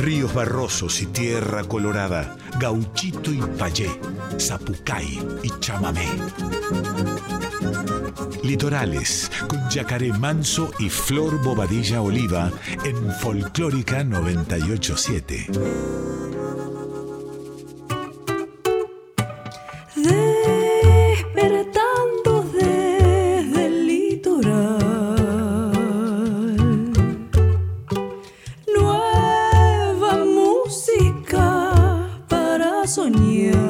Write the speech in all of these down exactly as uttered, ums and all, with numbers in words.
ríos barrosos y tierra colorada, gauchito y payé, zapucay y chamamé. Litorales, con yacaré manso y Flor Bobadilla Oliva en Folclórica noventa y ocho punto siete. Despertando desde el litoral, nueva música para soñar.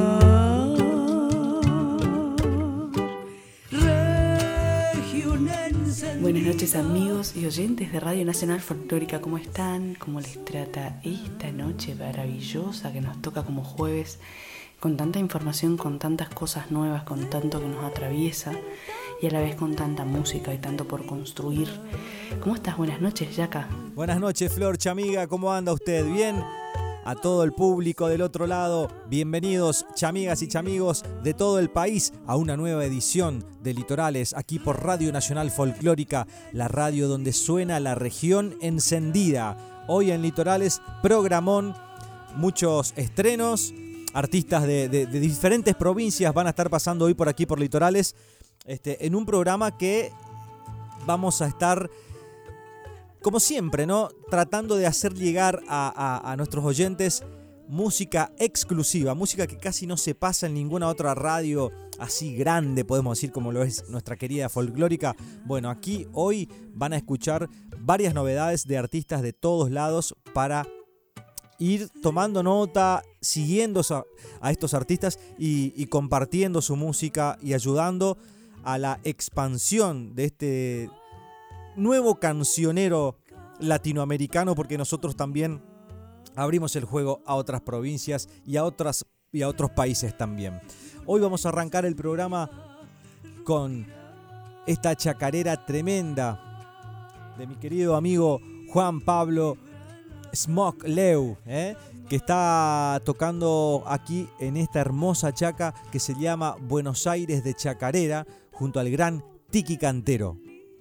Buenas noches, amigos y oyentes de Radio Nacional Folclórica. ¿Cómo están? ¿Cómo les trata esta noche maravillosa que nos toca como jueves? Con tanta información, con tantas cosas nuevas, con tanto que nos atraviesa y a la vez con tanta música y tanto por construir. ¿Cómo estás? Buenas noches, Yaca. Buenas noches, Flor Chamiga. ¿Cómo anda usted? ¿Bien? A todo el público del otro lado, bienvenidos, chamigas y chamigos de todo el país, a una nueva edición de Litorales, aquí por Radio Nacional Folclórica, la radio donde suena la región encendida. Hoy en Litorales, programón, muchos estrenos, artistas de, de, de diferentes provincias van a estar pasando hoy por aquí por Litorales, este, en un programa que vamos a estar, como siempre, ¿no?, tratando de hacer llegar a, a, a nuestros oyentes música exclusiva, música que casi no se pasa en ninguna otra radio así grande, podemos decir, como lo es nuestra querida Folclórica. Bueno, aquí hoy van a escuchar varias novedades de artistas de todos lados para ir tomando nota, siguiendo a, a estos artistas y, y compartiendo su música y ayudando a la expansión de este nuevo cancionero latinoamericano, porque nosotros también abrimos el juego a otras provincias y a, otras, y a otros países también. Hoy vamos a arrancar el programa con esta chacarera tremenda de mi querido amigo Juan Pablo Smoke Leu, ¿eh? que está tocando aquí en esta hermosa chaca que se llama Buenos Aires de Chacarera, junto al gran Tiki Cantero.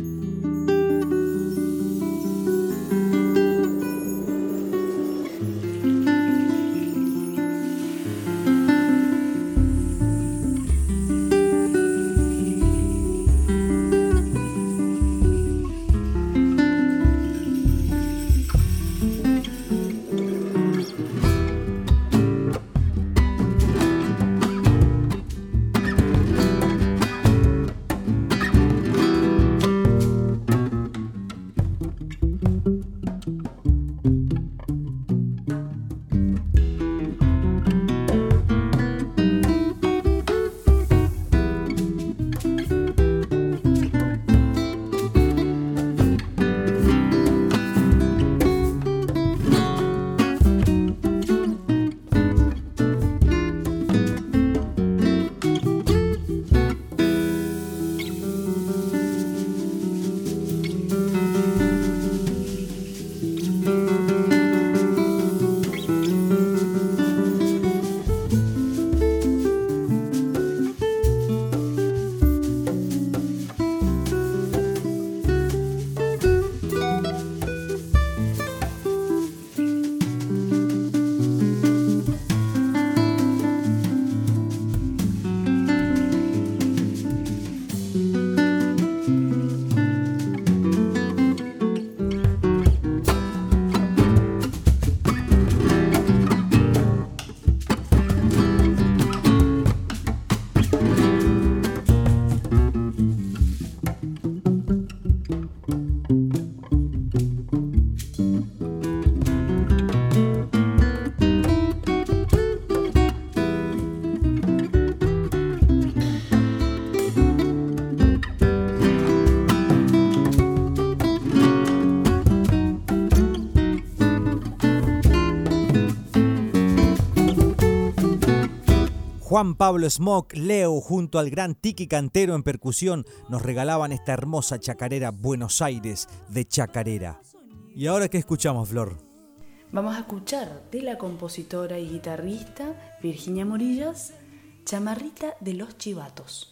Juan Pablo Smoke Leu junto al gran Tiki Cantero en percusión nos regalaban esta hermosa chacarera Buenos Aires de Chacarera. ¿Y ahora qué escuchamos, Flor? Vamos a escuchar de la compositora y guitarrista Virginia Morillas, Chamarrita de los Chivatos.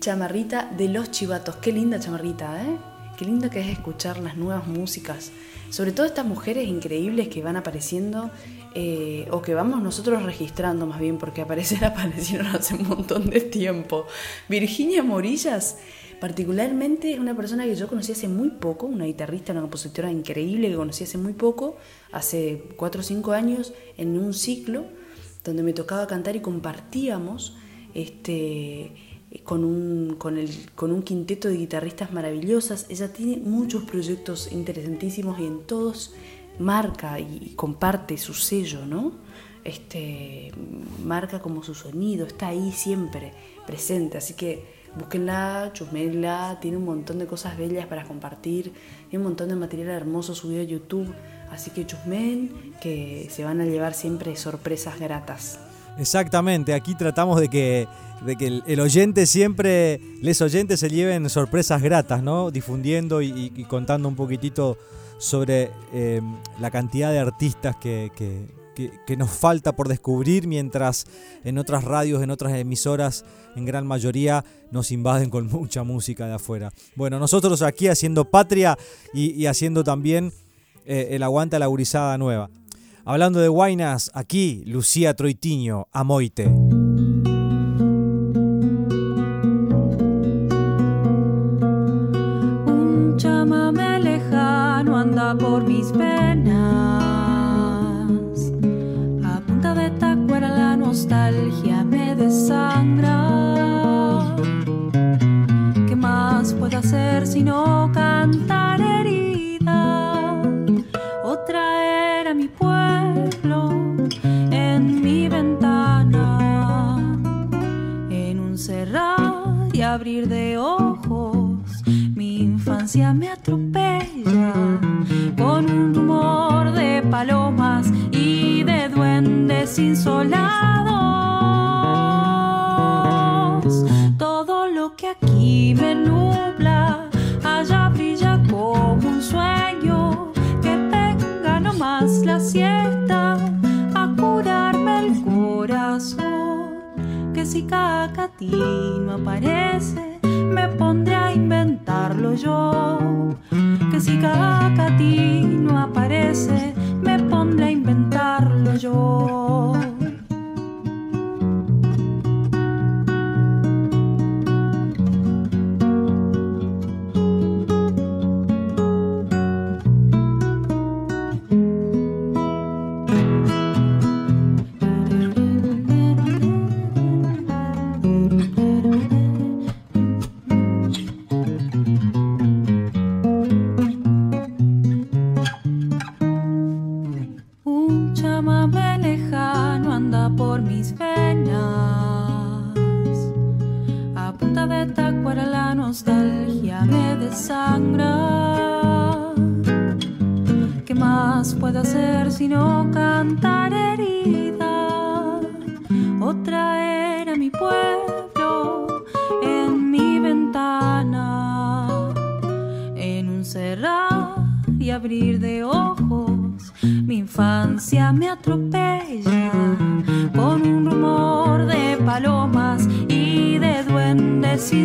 chamarrita de Los Chivatos. Qué linda chamarrita, ¿eh? Qué lindo que es escuchar las nuevas músicas. Sobre todo estas mujeres increíbles que van apareciendo, eh, o que vamos nosotros registrando más bien, porque aparecer aparecieron hace un montón de tiempo. Virginia Morillas, particularmente, es una persona que yo conocí hace muy poco, una guitarrista, una compositora increíble que conocí hace muy poco, hace cuatro o cinco años, en un ciclo donde me tocaba cantar y compartíamos este, con, un, con, el, con un quinteto de guitarristas maravillosas. Ella tiene muchos proyectos interesantísimos y en todos marca y, y comparte su sello, ¿no? Este, marca como su sonido, está ahí siempre presente, así que búsquenla, chusmenla, tiene un montón de cosas bellas para compartir, tiene un montón de material hermoso subido a YouTube, así que chusmen, que se van a llevar siempre sorpresas gratas. Exactamente, aquí tratamos de que, de que el, el oyente siempre, les oyentes se lleven sorpresas gratas, ¿no? Difundiendo y, y, y contando un poquitito sobre eh, la cantidad de artistas que, que, que, que nos falta por descubrir, mientras en otras radios, en otras emisoras, en gran mayoría nos invaden con mucha música de afuera. Bueno, nosotros aquí haciendo patria y, y haciendo también eh, el aguante a la gurizada nueva. Hablando de guainas, aquí Lucía Troitiño, Amoite. Un chamamé lejano anda por mis venas, a punta de tacuara la nostalgia me desangra. ¿Qué más puedo hacer sino cantar herida o traer a mi pueblo en mi ventana, en un cerrar y abrir de ojos? Mi infancia me atropella con un rumor de palomas y de duendes insolados. Todo lo que aquí me nubla, allá brilla como un sueño. Que venga nomás la siesta a curarme el corazón. Que si Cacatí no aparece, me pondré a inventarlo yo. Que si Cacatí no aparece, me pondré a inventarlo yo. Sino cantar herida o traer a mi pueblo en mi ventana, en un cerrar y abrir de ojos. Mi infancia me atropella con un rumor de palomas y de duendes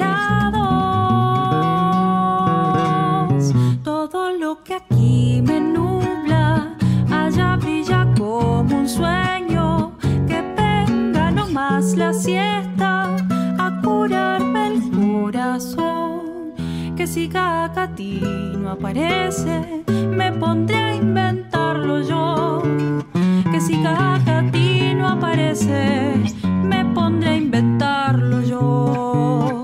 insolados. Todo lo que aquí me nubla, allá brilla como un sueño. Que venga nomás la siesta a curarme el corazón. Que si Cacatí no aparece, me pondré a inventarlo yo. Que si Cacatí no aparece, me pondré a inventarlo yo.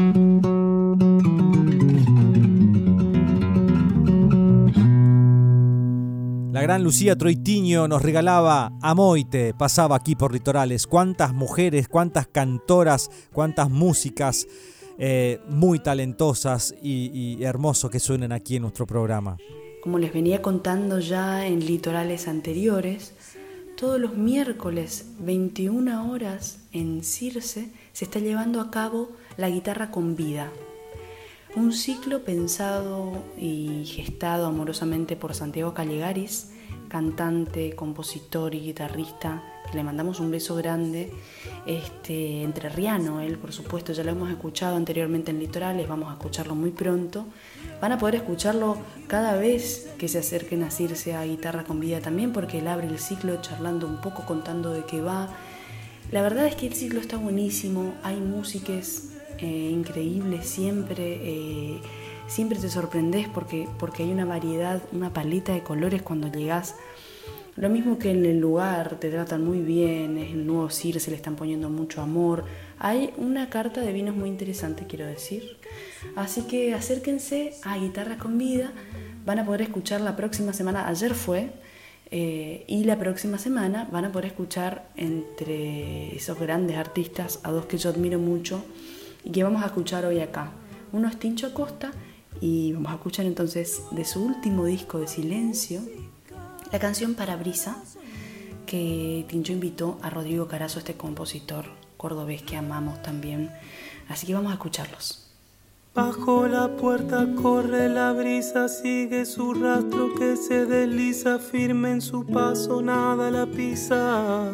La gran Lucía Troitiño nos regalaba Amoite, pasaba aquí por Litorales. Cuántas mujeres, cuántas cantoras, cuántas músicas eh, muy talentosas y, y hermoso que suenan aquí en nuestro programa. Como les venía contando ya en Litorales anteriores, todos los miércoles, veintiuna horas, en Circe, se está llevando a cabo La Guitarra con Vida. Un ciclo pensado y gestado amorosamente por Santiago Callegaris cantante, compositor y guitarrista, que le mandamos un beso grande, este, entrerriano él, por supuesto, ya lo hemos escuchado anteriormente en Litorales, vamos a escucharlo muy pronto. Van a poder escucharlo cada vez que se acerquen a Circe a Guitarra con Vida también, porque él abre el ciclo charlando un poco, contando de qué va. La verdad es que el ciclo está buenísimo, hay músicas eh, increíbles siempre, eh, siempre te sorprendes porque, porque hay una variedad, una paleta de colores cuando llegás. Lo mismo que en el lugar, te tratan muy bien, es el nuevo Circe, le están poniendo mucho amor. Hay una carta de vinos muy interesante, quiero decir. Así que acérquense a Guitarra con Vida, van a poder escuchar la próxima semana, ayer fue, eh, y la próxima semana van a poder escuchar entre esos grandes artistas a dos que yo admiro mucho y que vamos a escuchar hoy acá. Uno es Tincho Acosta y vamos a escuchar entonces de su último disco de Silencio, la canción Parabrisa, que Tincho invitó a Rodrigo Carazo, este compositor cordobés que amamos también. Así que vamos a escucharlos. Bajo la puerta corre la brisa, sigue su rastro que se desliza, firme en su paso, nada la pisa.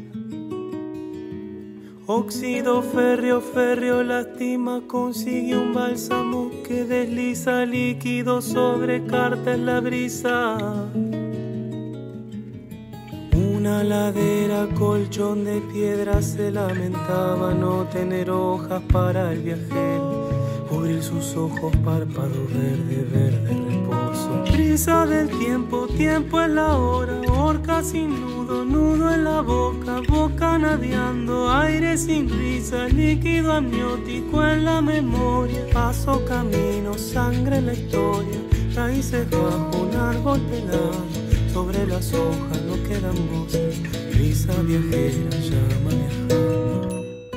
Óxido férreo, férreo lastima, consigue un bálsamo que desliza, líquido sobre carta en la brisa. Una ladera, colchón de piedra, se lamentaba no tener hojas para el viajero, cubrir sus ojos, párpado verde, verde reposo. Brisa del tiempo, tiempo es la hora, horca sin nudo, nudo en la boca, boca nadeando, aire sin risa, líquido amniótico en la memoria. Paso, camino, sangre en la historia, raíces bajo un árbol pelado. Sobre las hojas no quedan voces, brisa viajera llama viajando.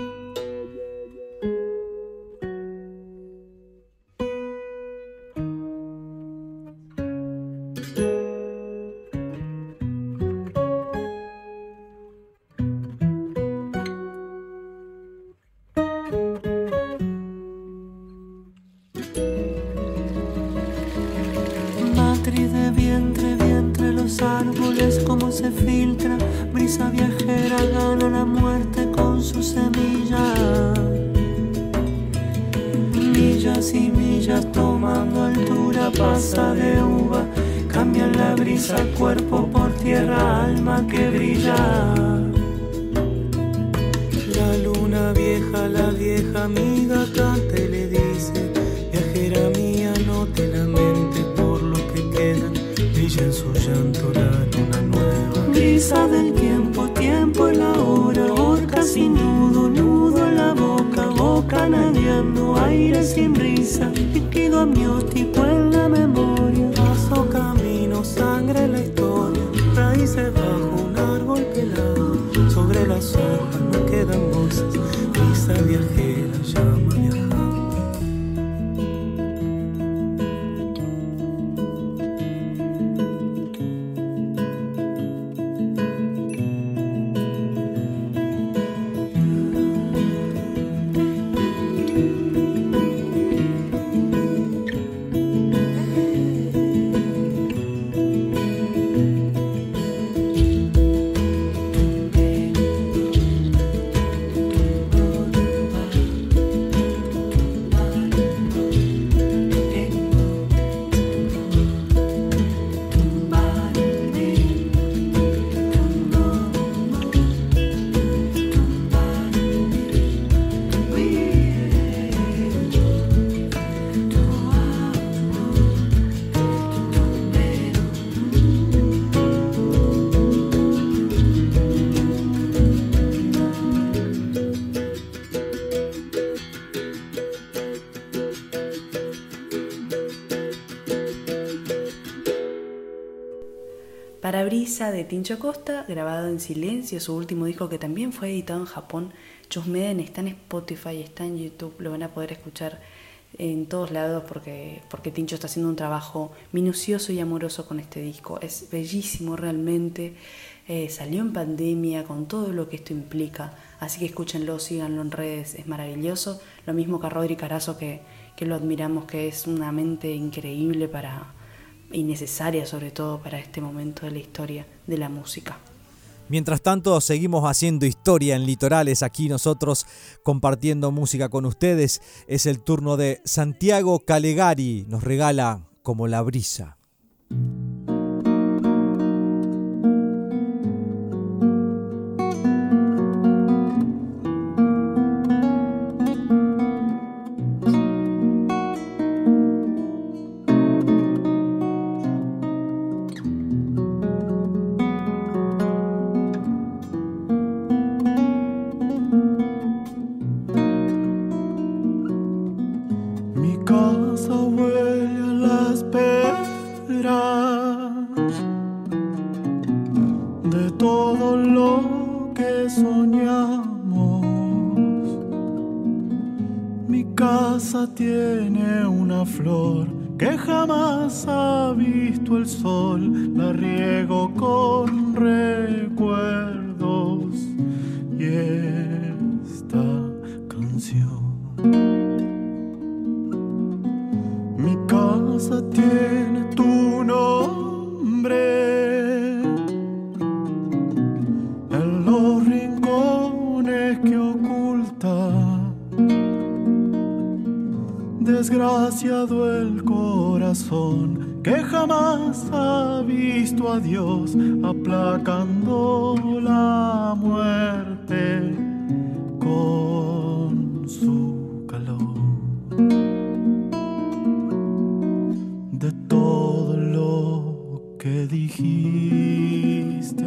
Matriz de vientre, vientre los árboles, como se filtra, brisa viajera gana la muerte con su semilla. Millas y millas tomando altura, pasa de uva, cambian la brisa, cuerpo por tierra, alma que brilla. La luna vieja, la vieja amiga canta y le dice: viajera mía, no te lamentes por lo que queda, brilla en su llanto la luna nueva. Brisa del tiempo, tiempo es la hora, horca sin nudo, nudo en la boca, boca nadeando, aire sin brisa, líquido amniótico en la memoria. Paso, camino, sangre en la historia, raíces bajo un árbol pelado, sobre las hojas no quedan voces, brisa viajera llama viajando. Parabrisa de Tincho Acosta, grabado en Silencio, su último disco que también fue editado en Japón. Chusmeden, está en Spotify, está en YouTube, lo van a poder escuchar en todos lados porque, porque Tincho está haciendo un trabajo minucioso y amoroso con este disco. Es bellísimo realmente, eh, salió en pandemia con todo lo que esto implica, así que escúchenlo, síganlo en redes, es maravilloso. Lo mismo que a Rodri Carazo, que, que lo admiramos, que es una mente increíble para... y necesaria sobre todo para este momento de la historia de la música. Mientras tanto, seguimos haciendo historia en Litorales, aquí nosotros compartiendo música con ustedes. Es el turno de Santiago Calegari, nos regala Como la brisa. Tiene una flor que jamás ha visto el sol, la riego con recuerdos y esta canción. Mi casa tiene tu nombre en los rincones que oculta. Desgraciado el corazón que jamás ha visto a Dios aplacando la muerte con su calor. De todo lo que dijiste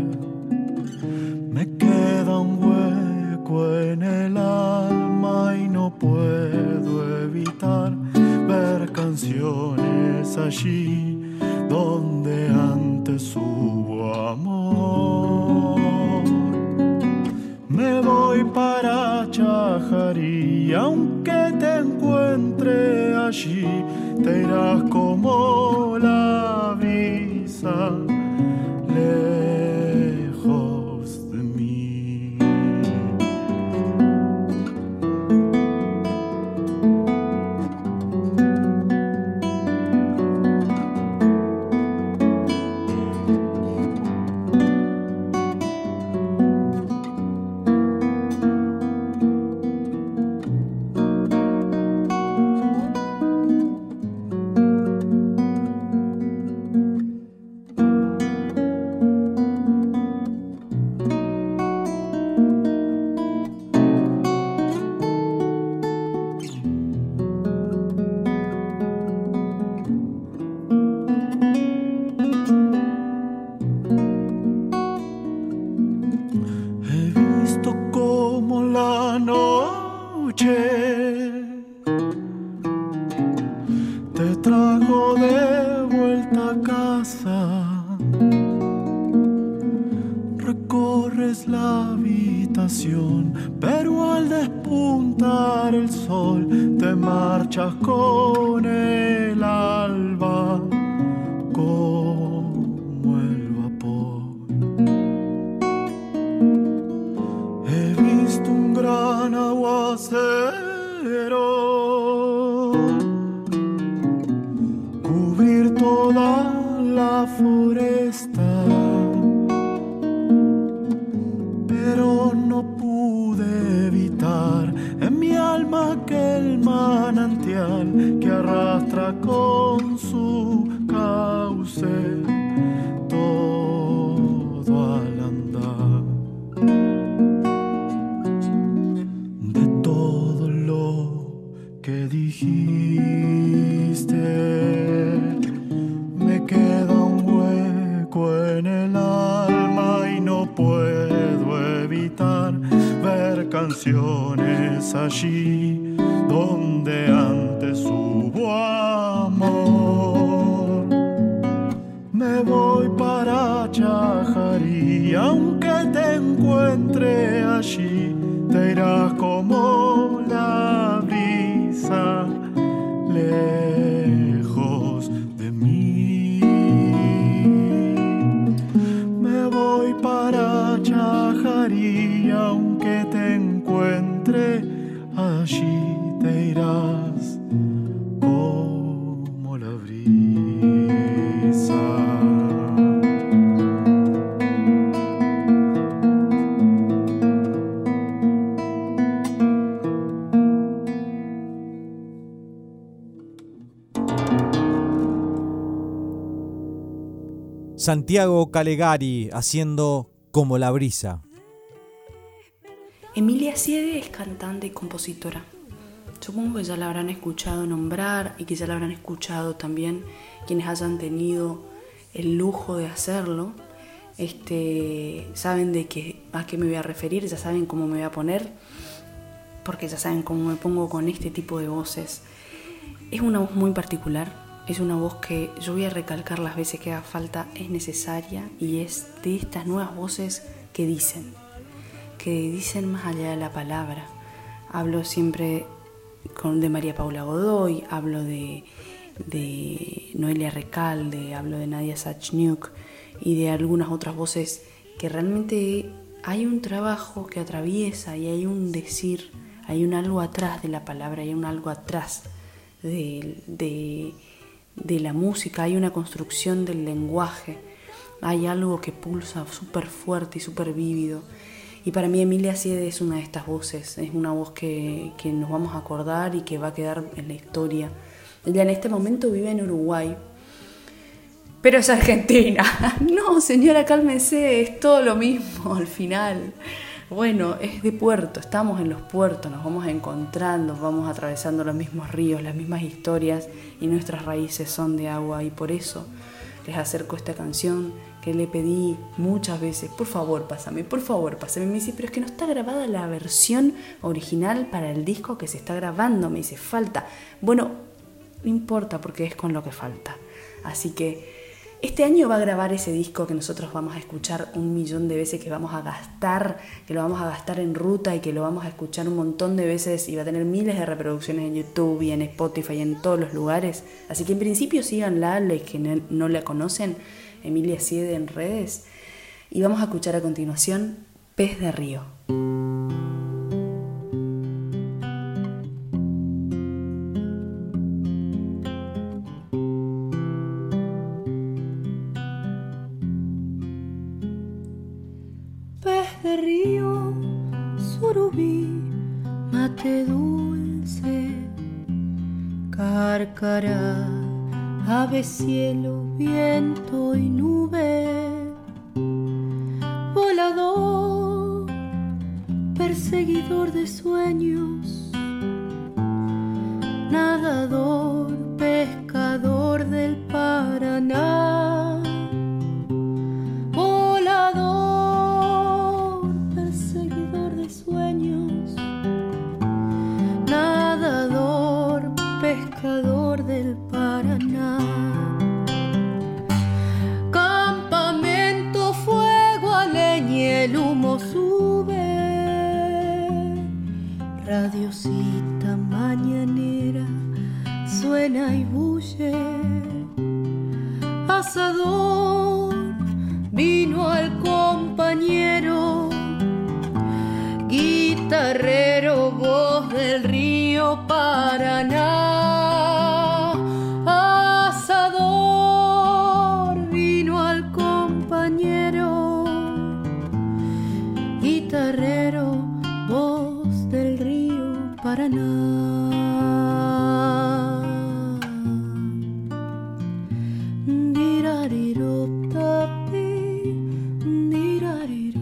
me queda un hueco en el alma y no puedo evitar ver canciones allí donde antes hubo amor. Me voy para Chajarí, aunque te encuentre allí, te irás como la brisa, lejos de mí. Canciones allí donde antes hubo amor. Me voy para Chajarí, aunque te encuentre allí, te irás como la brisa, lejos de mí. Me voy para Chajarí, aunque te encuentre allí, te irás como la brisa. Santiago Calegari haciendo Como la brisa. Emilia Siede es cantante y compositora. Supongo que ya la habrán escuchado nombrar y que ya la habrán escuchado también quienes hayan tenido el lujo de hacerlo. Este, saben de qué, a qué me voy a referir, ya saben cómo me voy a poner, porque ya saben cómo me pongo con este tipo de voces. Es una voz muy particular, es una voz que yo voy a recalcar las veces que haga falta, es necesaria y es de estas nuevas voces que dicen, que dicen más allá de la palabra. Hablo siempre con, de María Paula Godoy, hablo de, de Noelia Recalde, hablo de Nadia Sachniuk y de algunas otras voces que realmente hay un trabajo que atraviesa y hay un decir, hay un algo atrás de la palabra, hay un algo atrás de, de, de la música, hay una construcción del lenguaje, hay algo que pulsa súper fuerte y súper vívido. Y para mí Emilia Siede es una de estas voces, es una voz que, que nos vamos a acordar y que va a quedar en la historia. Ella en este momento vive en Uruguay, pero es argentina. No, señora, cálmese, es todo lo mismo al final. Bueno, es de puerto, estamos en los puertos, nos vamos encontrando, vamos atravesando los mismos ríos, las mismas historias y nuestras raíces son de agua y por eso les acerco esta canción que le pedí muchas veces, por favor, pásame, por favor, pásame. Me dice, pero es que no está grabada la versión original para el disco que se está grabando, me dice, falta. Bueno, no importa porque es con lo que falta. Así que este año va a grabar ese disco que nosotros vamos a escuchar un millón de veces, que vamos a gastar, que lo vamos a gastar en ruta y que lo vamos a escuchar un montón de veces y va a tener miles de reproducciones en YouTube y en Spotify y en todos los lugares. Así que en principio síganla, los que no, no la conocen, Emilia Siede en redes. Y vamos a escuchar a continuación Pez de Río. De río, surubí, mate dulce, cárcara, ave, cielo, viento y nube, volador, perseguidor de sueños, nadador, pescador del Paraná, volador, sueños, nadador, pescador del Paraná, campamento, fuego, a leña, el humo sube, radiosita mañanera suena y bulle, asador, vino al compañero, guitarrero, voz del río Paraná, asador, vino al compañero, guitarrero, voz del río Paraná. Dirariro, tapi, dirariro.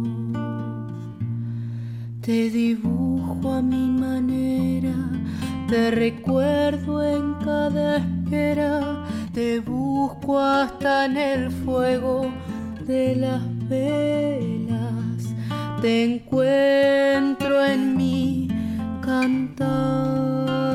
Te dibujo a mi manera, te recuerdo en cada espera, te busco hasta en el fuego de las velas, te encuentro en mi cantar.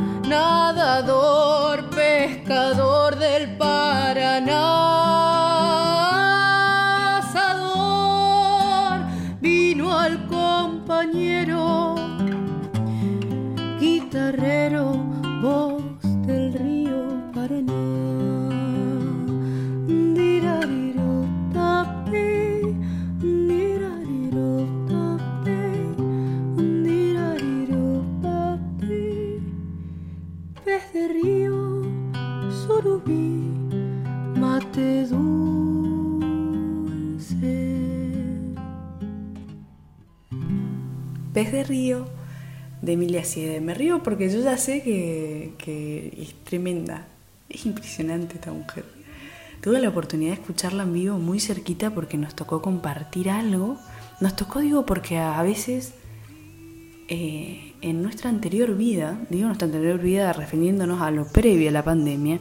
Nadador, pescador del Paraná, surubí, mate dulce. Pez de río, de Emilia Siede. Me río porque yo ya sé que, que es tremenda, es impresionante esta mujer. Tuve la oportunidad de escucharla en vivo muy cerquita porque nos tocó compartir algo. Nos tocó, digo, porque a veces eh, en nuestra anterior vida, digo nuestra anterior vida refiriéndonos a lo previo a la pandemia,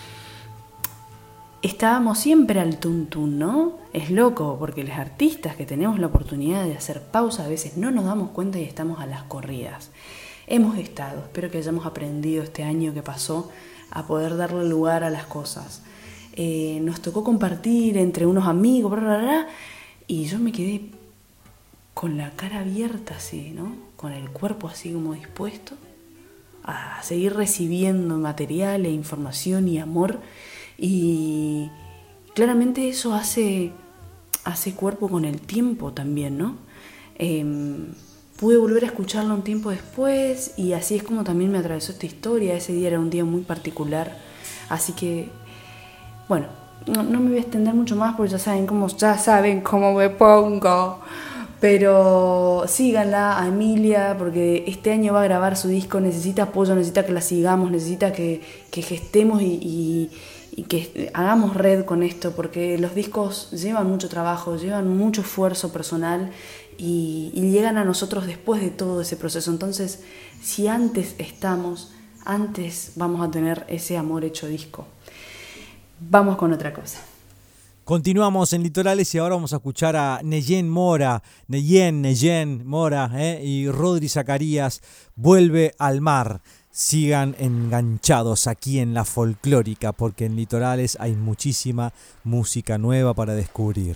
estábamos siempre al tuntún, ¿no? Es loco porque los artistas que tenemos la oportunidad de hacer pausa a veces no nos damos cuenta y estamos a las corridas. Hemos estado, espero que hayamos aprendido este año que pasó a poder darle lugar a las cosas. Eh, nos tocó compartir entre unos amigos, bla, bla, bla, y yo me quedé con la cara abierta así, ¿no? Con el cuerpo así como dispuesto a seguir recibiendo material e información y amor. Y claramente eso hace, hace cuerpo con el tiempo también, ¿no? Eh, pude volver a escucharlo un tiempo después y así es como también me atravesó esta historia. Ese día era un día muy particular, así que, bueno, no, no me voy a extender mucho más porque ya saben cómo, ya saben cómo me pongo. Pero síganla a Emilia porque este año va a grabar su disco, necesita apoyo, necesita que la sigamos, necesita que, que gestemos y... y y que hagamos red con esto, porque los discos llevan mucho trabajo, llevan mucho esfuerzo personal y, y llegan a nosotros después de todo ese proceso. Entonces, si antes estamos, antes vamos a tener ese amor hecho disco. Vamos con otra cosa. Continuamos en Litorales y ahora vamos a escuchar a Neyen Mora, Neyen, Neyen Mora eh, y Rodri Zacarías, Vuelve al mar. Sigan enganchados aquí en La Folclórica porque en Litorales hay muchísima música nueva para descubrir.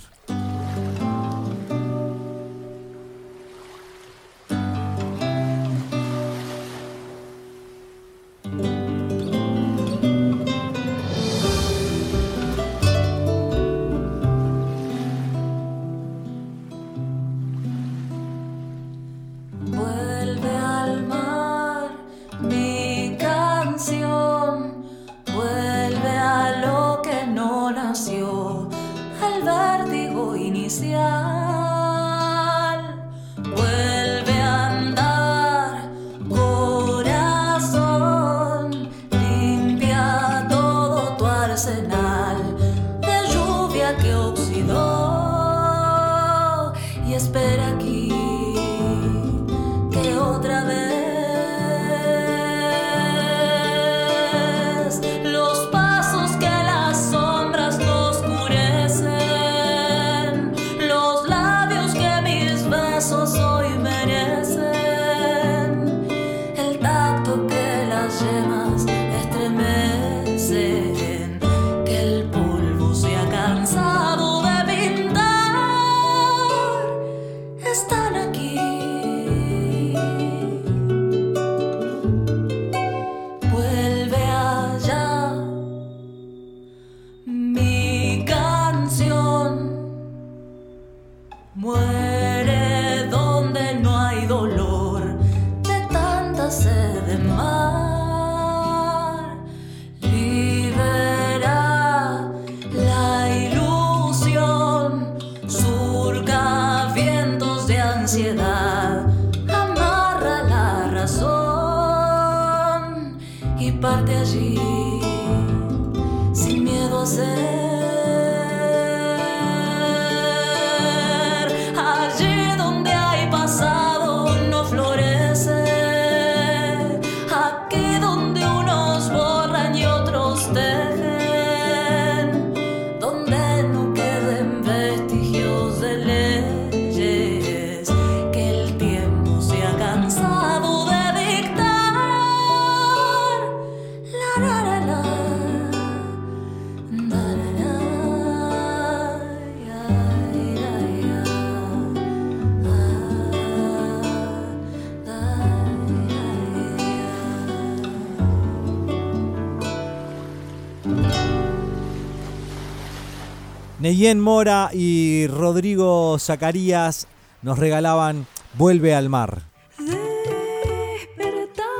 Neyen Mora y Rodrigo Zacarías nos regalaban Vuelve al mar. Despertando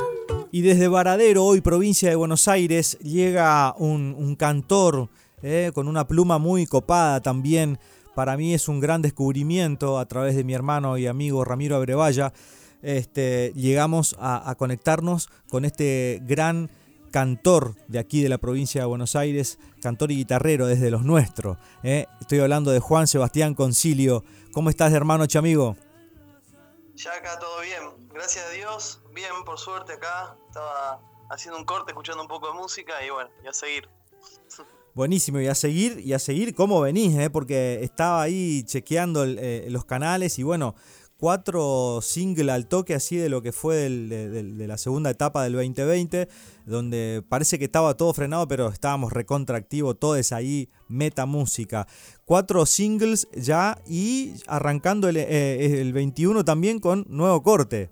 Y desde Varadero, hoy provincia de Buenos Aires, llega un, un cantor eh, con una pluma muy copada también. Para mí es un gran descubrimiento a través de mi hermano y amigo Ramiro Abrevaya. Este, llegamos a, a conectarnos con este gran cantor de aquí de la provincia de Buenos Aires, cantor y guitarrero desde los nuestros. Eh. Estoy hablando de Juan Sebastián Concilio. ¿Cómo estás, hermano chamigo? Ya acá todo bien, gracias a Dios, bien, por suerte acá, estaba haciendo un corte, escuchando un poco de música y bueno, y a seguir. Buenísimo, y a seguir, y a seguir cómo venís, ¿eh? Porque estaba ahí chequeando el, eh, los canales y bueno, cuatro singles al toque así de lo que fue del, de, de, de la segunda etapa del veinte veinte, donde parece que estaba todo frenado, pero estábamos recontraactivos, todo es ahí, meta música. Cuatro singles ya y arrancando el, eh, el veintiuno también con nuevo corte.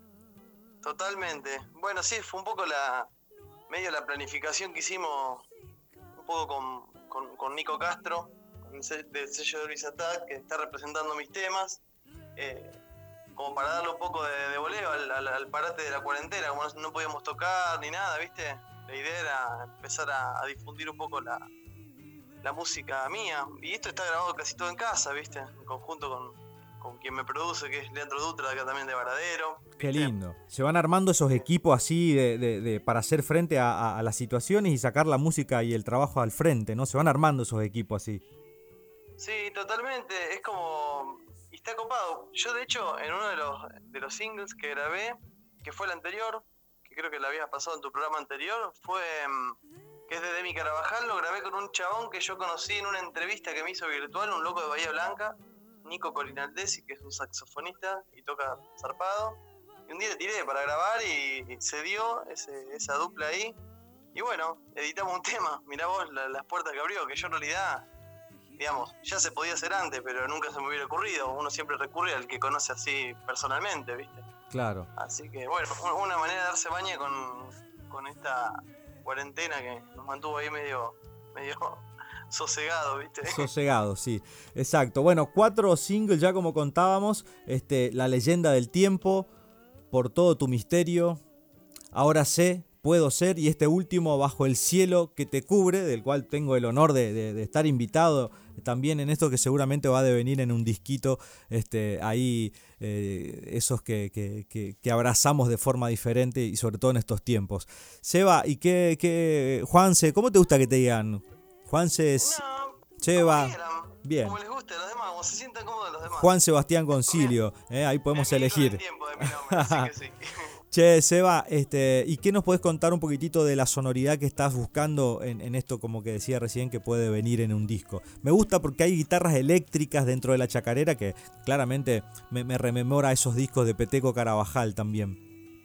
Totalmente. Bueno, sí, fue un poco la medio la planificación que hicimos un poco con, con, con Nico Castro, del sello de Luis Attack, que está representando mis temas. Eh, como para darle un poco de, de voleo al, al, al parate de la cuarentena, como no, no podíamos tocar ni nada, ¿viste? La idea era empezar a, a difundir un poco la, la música mía, y esto está grabado casi todo en casa, ¿viste? En conjunto con, con quien me produce, que es Leandro Dutra, acá también de Varadero. ¿Viste? Qué lindo. Se van armando esos equipos así de, de, de, para hacer frente a, a, a las situaciones y sacar la música y el trabajo al frente, ¿no? Se van armando esos equipos así. Sí, totalmente, es como... Y está copado. Yo, de hecho, en uno de los, de los singles que grabé, que fue el anterior, que creo que lo habías pasado en tu programa anterior, fue que es de Demi Carabajal, lo grabé con un chabón que yo conocí en una entrevista que me hizo virtual, un loco de Bahía Blanca, Nico Corinaldesi, que es un saxofonista y toca zarpado. Y un día le tiré para grabar y, y se dio ese, esa dupla ahí. Y bueno, editamos un tema. Mirá vos la, las puertas que abrió, que yo en realidad... digamos, ya se podía hacer antes, pero nunca se me hubiera ocurrido. Uno siempre recurre al que conoce así personalmente, ¿viste? Claro. Así que, bueno, una manera de darse baña con, con esta cuarentena que nos mantuvo ahí medio, medio sosegado, ¿viste? Sosegado, sí, exacto. Bueno, cuatro singles ya como contábamos, este, La leyenda del tiempo, Por todo tu misterio, Ahora sé, puedo ser, y este último, Bajo el cielo que te cubre, del cual tengo el honor de, de, de estar invitado también en esto, que seguramente va a devenir en un disquito, este, ahí eh, esos que, que, que, que abrazamos de forma diferente y sobre todo en estos tiempos. Seba, ¿y qué, qué Juanse, cómo te gusta que te digan? Juanse es... No, Seba, como bien. Como les guste a los demás, como se sientan cómodos los demás. Juan Sebastián Concilio, eh, ahí podemos Es mi elegir. del tiempo de mi nombre, así que sí. Che, Seba, este, ¿y qué nos podés contar un poquitito de la sonoridad que estás buscando en, en esto, como que decía recién, que puede venir en un disco? Me gusta porque hay guitarras eléctricas dentro de la chacarera que claramente me, me rememora esos discos de Peteco Carabajal también.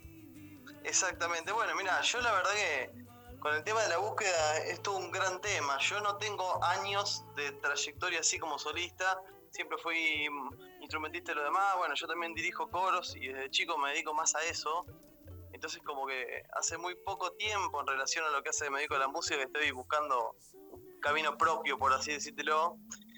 Exactamente, bueno, mira, yo la verdad que con el tema de la búsqueda es todo un gran tema. Yo no tengo años de trayectoria así como solista, siempre fui instrumentista y lo demás. Bueno, yo también dirijo coros y desde chico me dedico más a eso. Entonces como que hace muy poco tiempo en relación a lo que hace me dedico a la música, que estoy buscando un camino propio, por así decírtelo.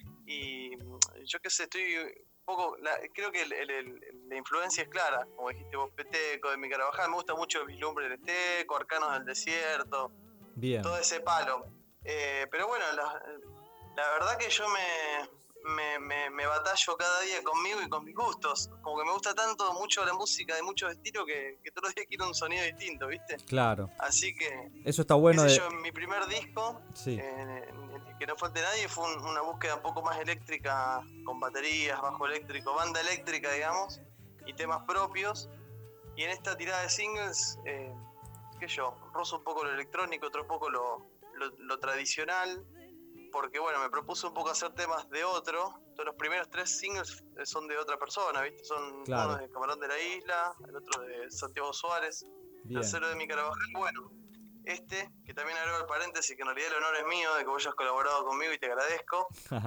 Y yo qué sé, estoy un poco, la, creo que el, el, el, la influencia es clara, como dijiste vos, Peteco, de mi Carabajal, me gusta mucho Vislumbre del Esteco, Arcanos del Desierto, Bien. Todo ese palo. Eh, pero bueno, la, la verdad que yo me... Me, me, me batallo cada día conmigo y con mis gustos. Como que me gusta tanto mucho la música de muchos estilos que, que todos los días quiero un sonido distinto, ¿viste? Claro. Así que... Eso está bueno. Qué sé de... yo, en mi primer disco, sí. eh, que no falte nadie, fue un, una búsqueda un poco más eléctrica, con baterías, bajo eléctrico, banda eléctrica, digamos, y temas propios. Y en esta tirada de singles, eh, qué sé yo, rozo un poco lo electrónico, otro poco lo, lo, lo tradicional. Porque bueno, me propuso un poco hacer temas de otro. Todos los primeros tres singles son de otra persona, ¿viste? Son claro. Uno de Camarón de la Isla, el otro de Santiago Suárez, el tercero de mi Carabajal. Bueno, este, que también agrego el paréntesis, que en realidad el honor es mío de que vos hayas colaborado conmigo y te agradezco.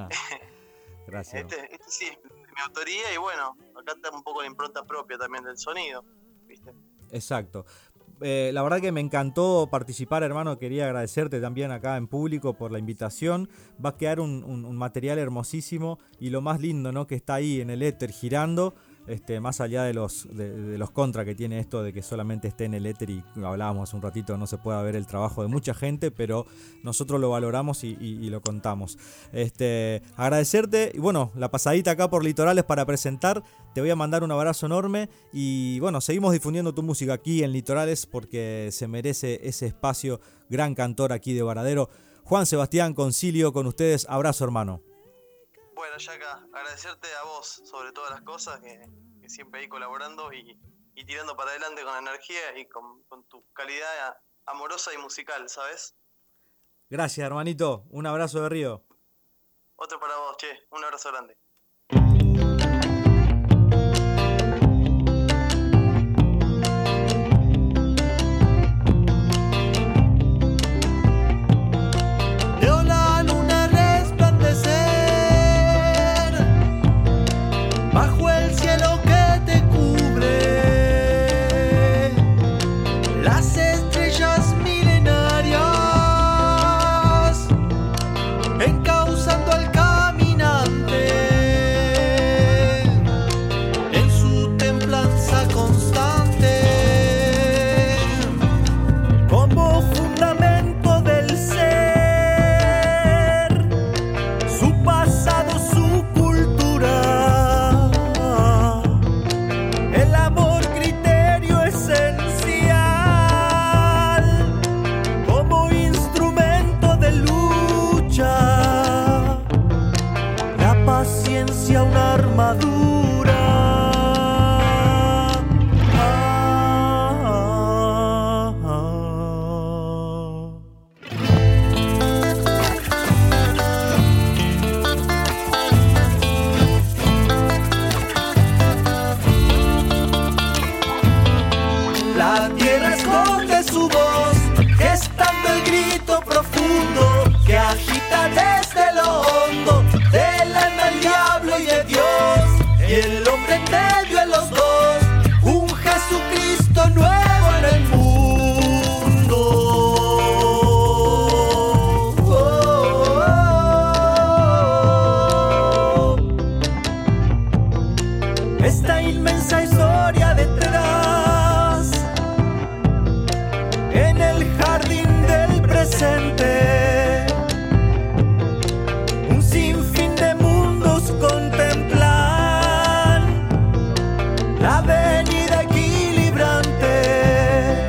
Gracias. Este, este sí, es mi autoría y bueno, acá está un poco la impronta propia también del sonido, ¿viste? Exacto. Eh, la verdad que me encantó participar, hermano. Quería agradecerte también acá en público por la invitación. Va a quedar un, un, un material hermosísimo y lo más lindo, ¿no? Que está ahí en el éter girando. Este, más allá de los de, de los contras que tiene esto de que solamente esté en el éter, y hablábamos hace un ratito, no se pueda ver el trabajo de mucha gente, pero nosotros lo valoramos y, y, y lo contamos. Este, agradecerte, y bueno, la pasadita acá por Litorales para presentar, te voy a mandar un abrazo enorme, y bueno, seguimos difundiendo tu música aquí en Litorales porque se merece ese espacio. Gran cantor aquí de Varadero, Juan Sebastián Concilio, con ustedes, abrazo hermano. Bueno, Yaka, agradecerte a vos sobre todas las cosas, que, que siempre ahí colaborando y, y tirando para adelante con energía y con, con tu calidad amorosa y musical, ¿sabes? Gracias, hermanito. Un abrazo de Río. Otro para vos, che. Un abrazo grande. Bajo el cielo que te cubre, las estrellas milenarias encauzando al caminante en su templanza constante, como fundamento del ser, su pasado, su cultura. Paciencia, una armadura. Ah, ah, ah. La tierra esconde su voz, gestando el grito profundo que agita desde lo hondo del alma, el diablo y de Dios, y el hombre en medio de los dos, un Jesucristo nuevo en el mundo. Oh, oh, oh. Esta inmensa historia detrás, en el jardín del presente, un sinfín de mundos contemplan la venida equilibrante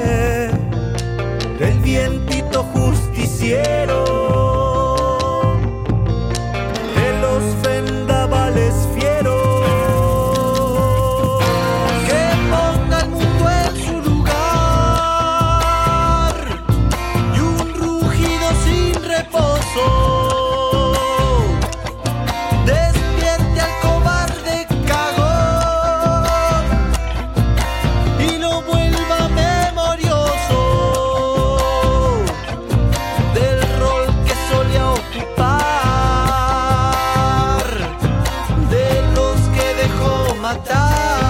del vientito justiciero, de los vendavales fieros, que ponga el mundo en su lugar y un rugido sin reposo despierte al cobarde cagón y lo vuelva memorioso del rol que solía ocupar, de los que dejó matar.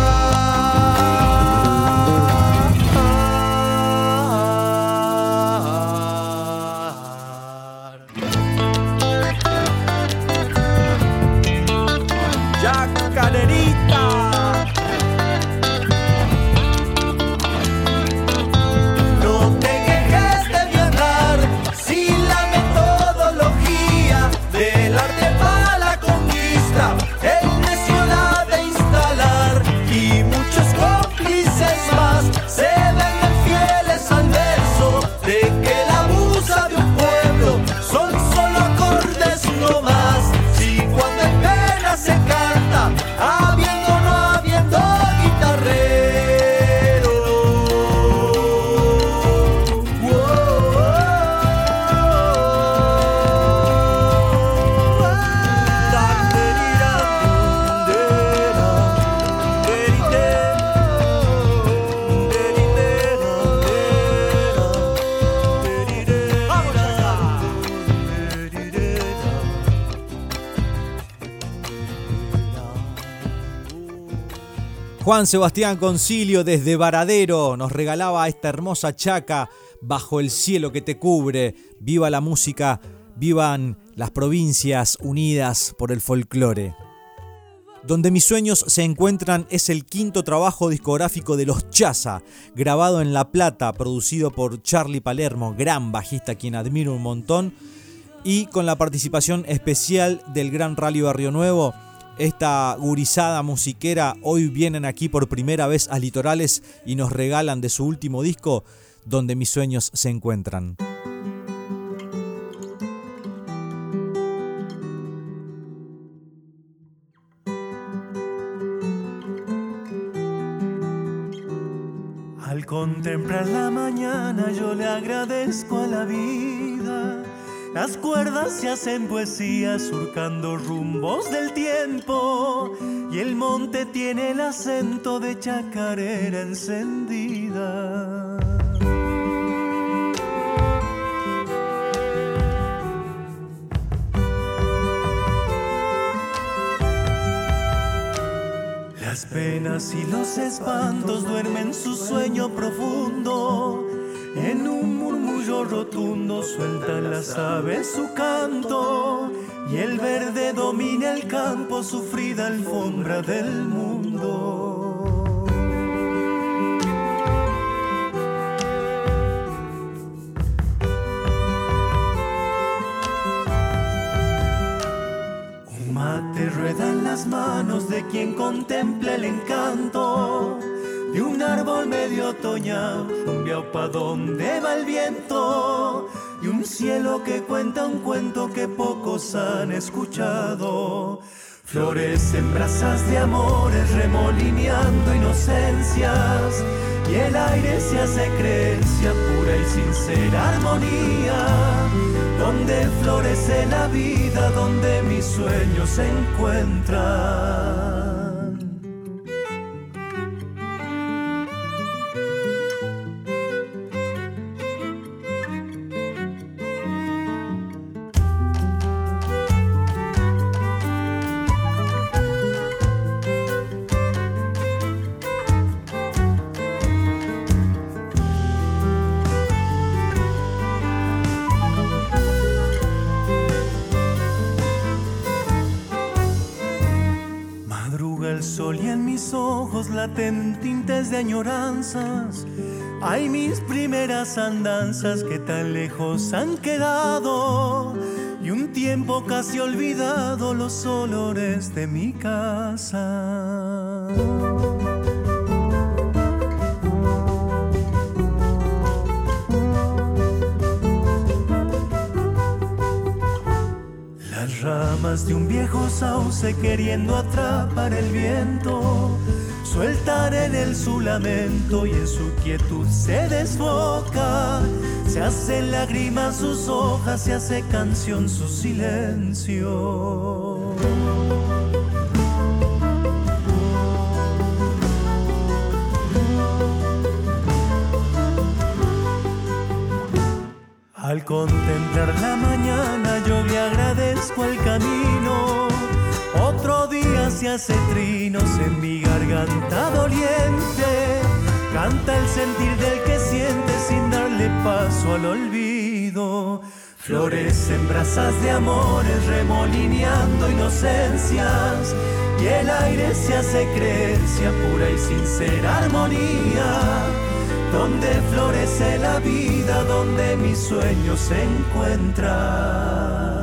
Yacanerita. No te quejes de viajar sin la metodología del arte para la conquista, el necio la de instalar, y muchos cómplices más se ven fieles al verso de que la musa de un pueblo son solo acordes no más. Si cuando en pena se canta, habiendo o no habiendo guitarrero. Oh, oh, Juan Sebastián Concilio desde Varadero nos regalaba esta hermosa chaca, Bajo el cielo que te cubre. Viva la música, vivan las provincias unidas por el folclore. Donde mis sueños se encuentran es el quinto trabajo discográfico de Los Chaza, grabado en La Plata, producido por Charlie Palermo, gran bajista a quien admiro un montón, y con la participación especial del Gran Rally Barrio Nuevo. Esta gurizada musiquera hoy vienen aquí por primera vez a Litorales y nos regalan de su último disco, Donde mis sueños se encuentran. Al contemplar la mañana yo le agradezco a la vida. Las cuerdas se hacen poesía surcando rumbos del tiempo y el monte tiene el acento de chacarera encendida. Las penas y los espantos duermen su sueño profundo. En un murmullo rotundo sueltan las aves su canto y el verde domina el campo, sufrida alfombra del mundo. Un mate rueda en las manos de quien contempla el encanto de un árbol medio otoñal, rumbeao pa' donde va el viento, y un cielo que cuenta un cuento que pocos han escuchado. Florecen brasas de amores remolineando inocencias, y el aire se hace creencia pura y sincera armonía, donde florece la vida, donde mis sueños se encuentran. Laten tintes de añoranzas, hay mis primeras andanzas que tan lejos han quedado, y un tiempo casi olvidado los olores de mi casa. Las ramas de un viejo sauce queriendo atrapar el viento sueltan en él su lamento y en su quietud se desboca. Se hacen lágrimas sus hojas, se hace canción su silencio. Al contemplar la mañana yo le agradezco el camino. Otro día se hace trinos en mi garganta doliente. Canta el sentir del que siente sin darle paso al olvido. Florecen brasas de amores remolineando inocencias, y el aire se hace creencia pura y sincera armonía, donde florece la vida, donde mis sueños se encuentran.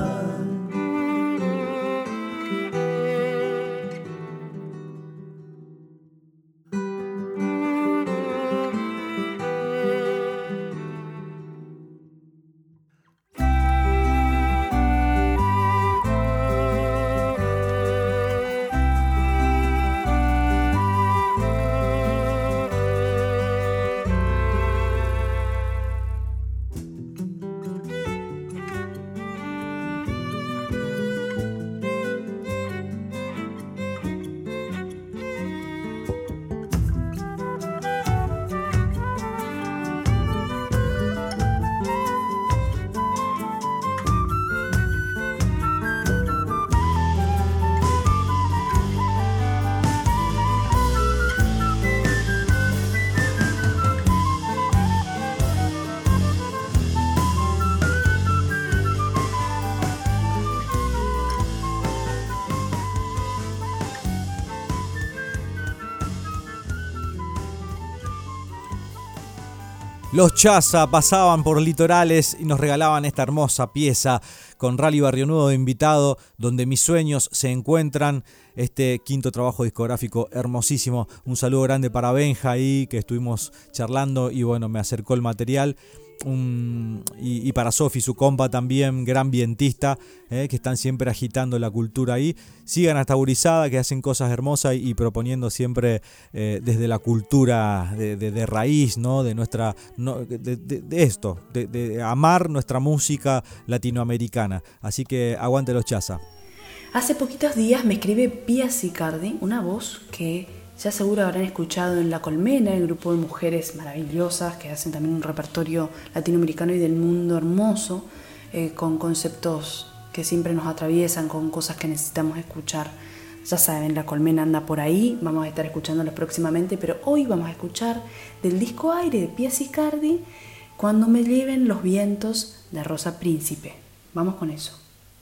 Los Chaza pasaban por Litorales y nos regalaban esta hermosa pieza con Rally Barrio Nuevo de invitado, donde mis sueños se encuentran. Este quinto trabajo discográfico hermosísimo. Un saludo grande para Benja ahí, que estuvimos charlando y bueno, me acercó el material. Un, y, y para Sofi, su compa también, gran vientista, eh, que están siempre agitando la cultura ahí. Sigan hasta Gurizada, que hacen cosas hermosas y, y proponiendo siempre eh, desde la cultura de, de, de raíz, ¿no? De nuestra, no, de, de, de esto, de, de amar nuestra música latinoamericana. Así que aguante los Chaza. Hace poquitos días me escribe Pia Sicardi, una voz que ya seguro habrán escuchado en La Colmena, el grupo de mujeres maravillosas que hacen también un repertorio latinoamericano y del mundo hermoso, eh, con conceptos que siempre nos atraviesan, con cosas que necesitamos escuchar. Ya saben, La Colmena anda por ahí, vamos a estar escuchándolos próximamente, pero hoy vamos a escuchar del disco Aire de Pia Sicardi, Cuando me lleven los vientos, de Rosa Príncipe. Vamos con eso.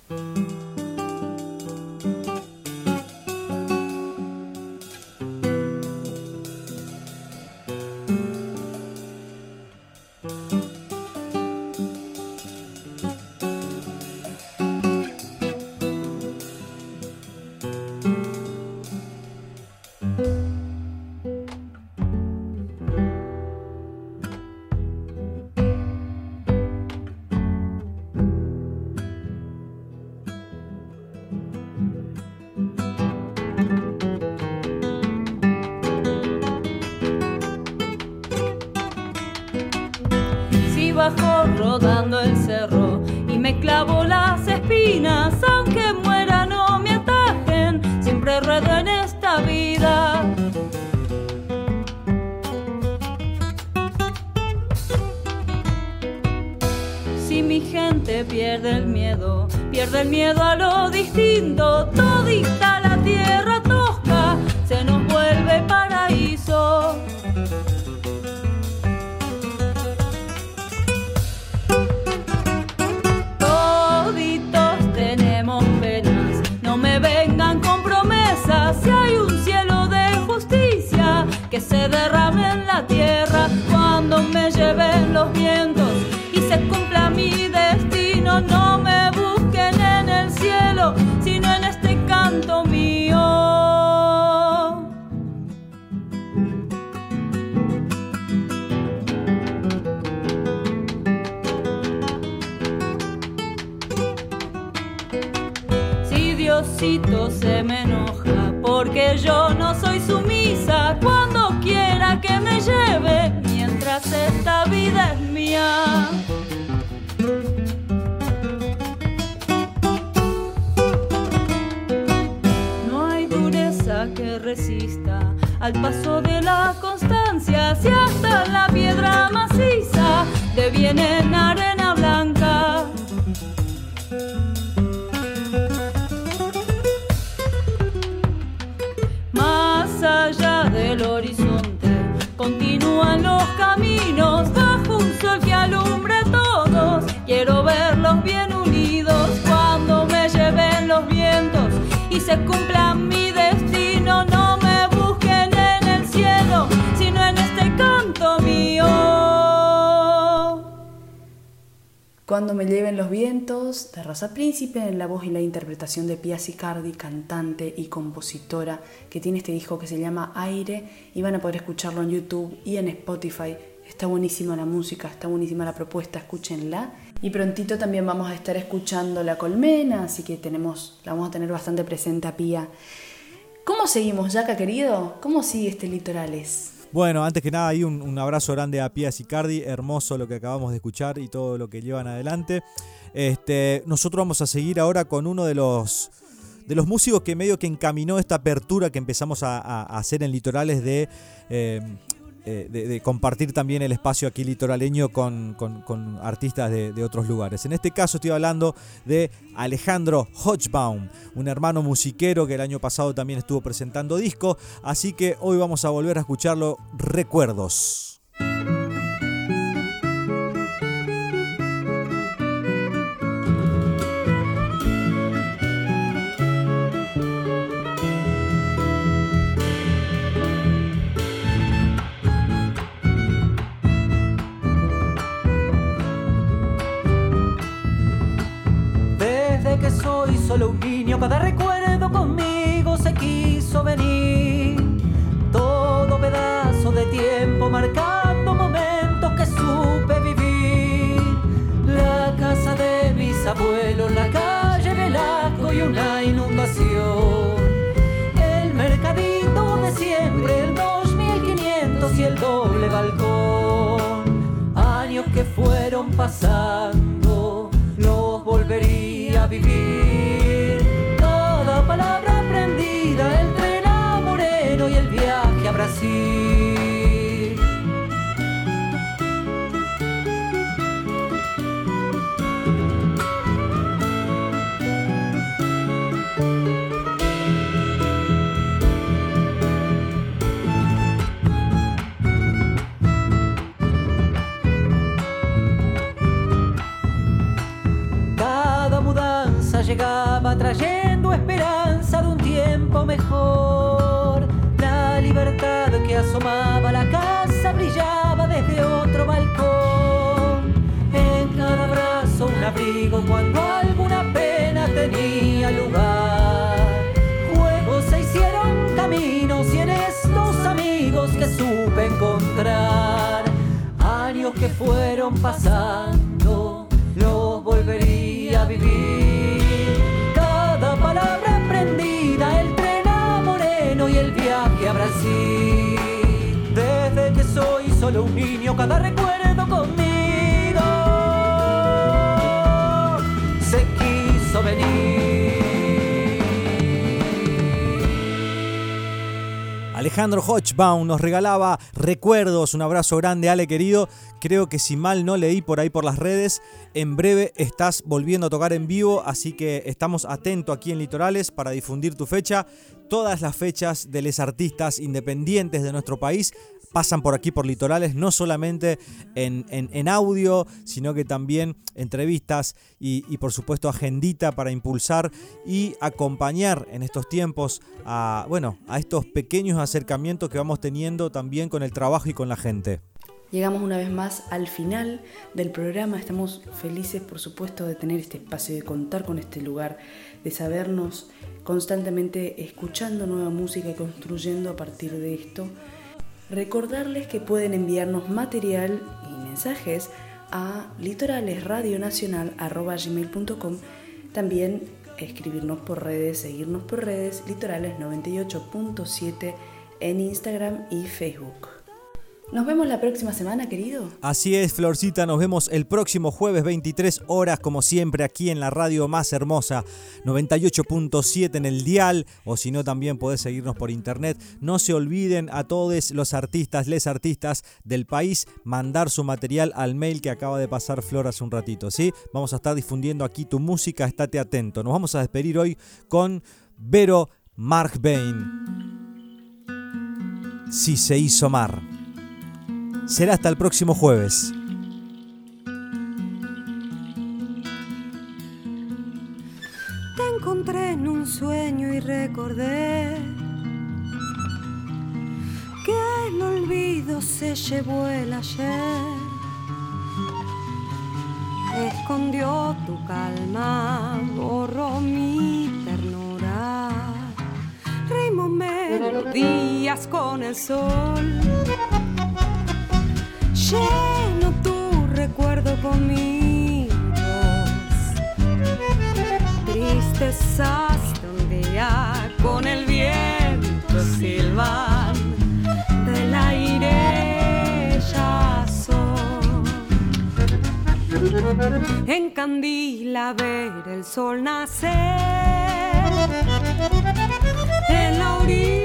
Bajo rodando el cerro y me clavo las espinas, aunque muera no me atajen, siempre ruedo en esta vida. Si mi gente pierde el miedo, pierde el miedo a lo distinto, todita la tierra tosca se nos vuelve paraíso. Si hay un cielo de justicia que se derrame en la tierra, cuando me lleven los vientos y se cumpla mi destino, no me busquen en el cielo, sino en este canto mío. Si Diosito se me enoja porque yo no soy sumisa, cuando quiera que me lleve, mientras esta vida es mía. No hay dureza que resista al paso de la constancia, si hasta la piedra maciza deviene en arena blanca. Más allá del horizonte continúan los caminos, bajo un sol que alumbre a todos, quiero verlos bien unidos, cuando me lleven los vientos y se cumpla mi destino, no me busquen en el cielo, sino en este canto mío. Cuando me lleven los vientos, de Rosa Príncipe, en la voz y la interpretación de Pia Sicardi, cantante y compositora, que tiene este disco que se llama Aire, y van a poder escucharlo en YouTube y en Spotify. Está buenísima la música, está buenísima la propuesta, escúchenla. Y prontito también vamos a estar escuchando La Colmena, así que tenemos, la vamos a tener bastante presente a Pia. ¿Cómo seguimos, Yaca querido? ¿Cómo sigue este Litorales? Bueno, antes que nada, ahí un, un abrazo grande a Pia Sicardi, hermoso lo que acabamos de escuchar y todo lo que llevan adelante. Este, nosotros vamos a seguir ahora con uno de los, de los músicos que medio que encaminó esta apertura que empezamos a, a, a hacer en Litorales de, eh, eh, de, de compartir también el espacio aquí litoraleño con, con, con artistas de, de otros lugares. En este caso estoy hablando de Alejandro Hochbaum, un hermano musiquero que el año pasado también estuvo presentando disco, así que hoy vamos a volver a escucharlo, Recuerdos. solo un niño, cada recuerdo conmigo se quiso venir. Todo pedazo de tiempo marcando momentos que supe vivir. La casa de mis abuelos, la calle Velasco y una inundación. El mercadito de siempre, el dos mil quinientos y el doble balcón. Años que fueron pasando, los volvería a vivir. Cada palabra aprendida, el tren a Moreno y el viaje a Brasil. Llegaba trayendo esperanza de un tiempo mejor. La libertad que asomaba a la casa brillaba desde otro balcón. En cada brazo un abrigo cuando alguna pena tenía lugar. Juegos se hicieron caminos y en estos amigos que supe encontrar. Años que fueron pasando, los volvería a vivir. Palabra aprendida, el tren a Moreno y el viaje a Brasil. Desde que soy solo un niño, cada recuerdo conmigo se quiso venir. Alejandro Hochbaum nos regalaba recuerdos. Un abrazo grande, Ale querido. Creo que si mal no leí por ahí por las redes, en breve estás volviendo a tocar en vivo, así que estamos atentos aquí en Litorales para difundir tu fecha. Todas las fechas de los artistas independientes de nuestro país pasan por aquí por Litorales, no solamente en, en, en audio, sino que también entrevistas y, y por supuesto agendita para impulsar y acompañar en estos tiempos a, bueno, a estos pequeños acercamientos que vamos teniendo también con el trabajo y con la gente. Llegamos una vez más al final del programa. Estamos felices, por supuesto, de tener este espacio, de contar con este lugar, de sabernos constantemente escuchando nueva música y construyendo a partir de esto. Recordarles que pueden enviarnos material y mensajes a litoralesradionacional arroba gmail punto com. También escribirnos por redes, seguirnos por redes, Litorales noventa y ocho punto siete en Instagram y Facebook. Nos vemos la próxima semana, querido. Así es, Florcita, nos vemos el próximo jueves, veintitrés horas, como siempre, aquí en la radio más hermosa, noventa y ocho punto siete en el dial, o si no, también podés seguirnos por internet. No se olviden a todos los artistas, les artistas del país, mandar su material al mail que acaba de pasar Flor hace un ratito, ¿sí? Vamos a estar difundiendo aquí tu música, estate atento. Nos vamos a despedir hoy con Vero Markbain. Si se hizo mar. Será hasta el próximo jueves. Te encontré en un sueño y recordé que el olvido se llevó el ayer. Escondió tu calma, borró mi ternura. Ritmos, melodías con el sol. Lleno tu recuerdo conmigo. Tristezas de un día con el viento silban del aire ya son. Encandila ver el sol nacer en la orilla.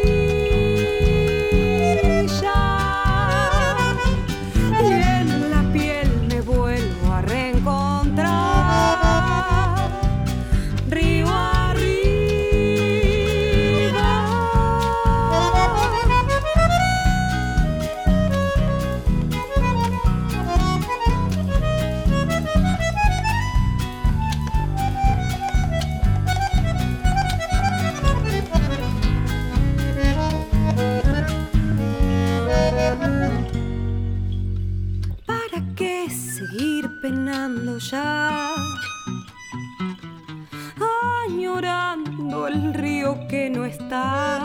Ya pasó el río que no está.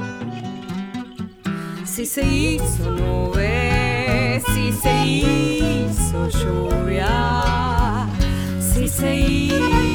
Si se hizo nube, si se hizo lluvia, si se hizo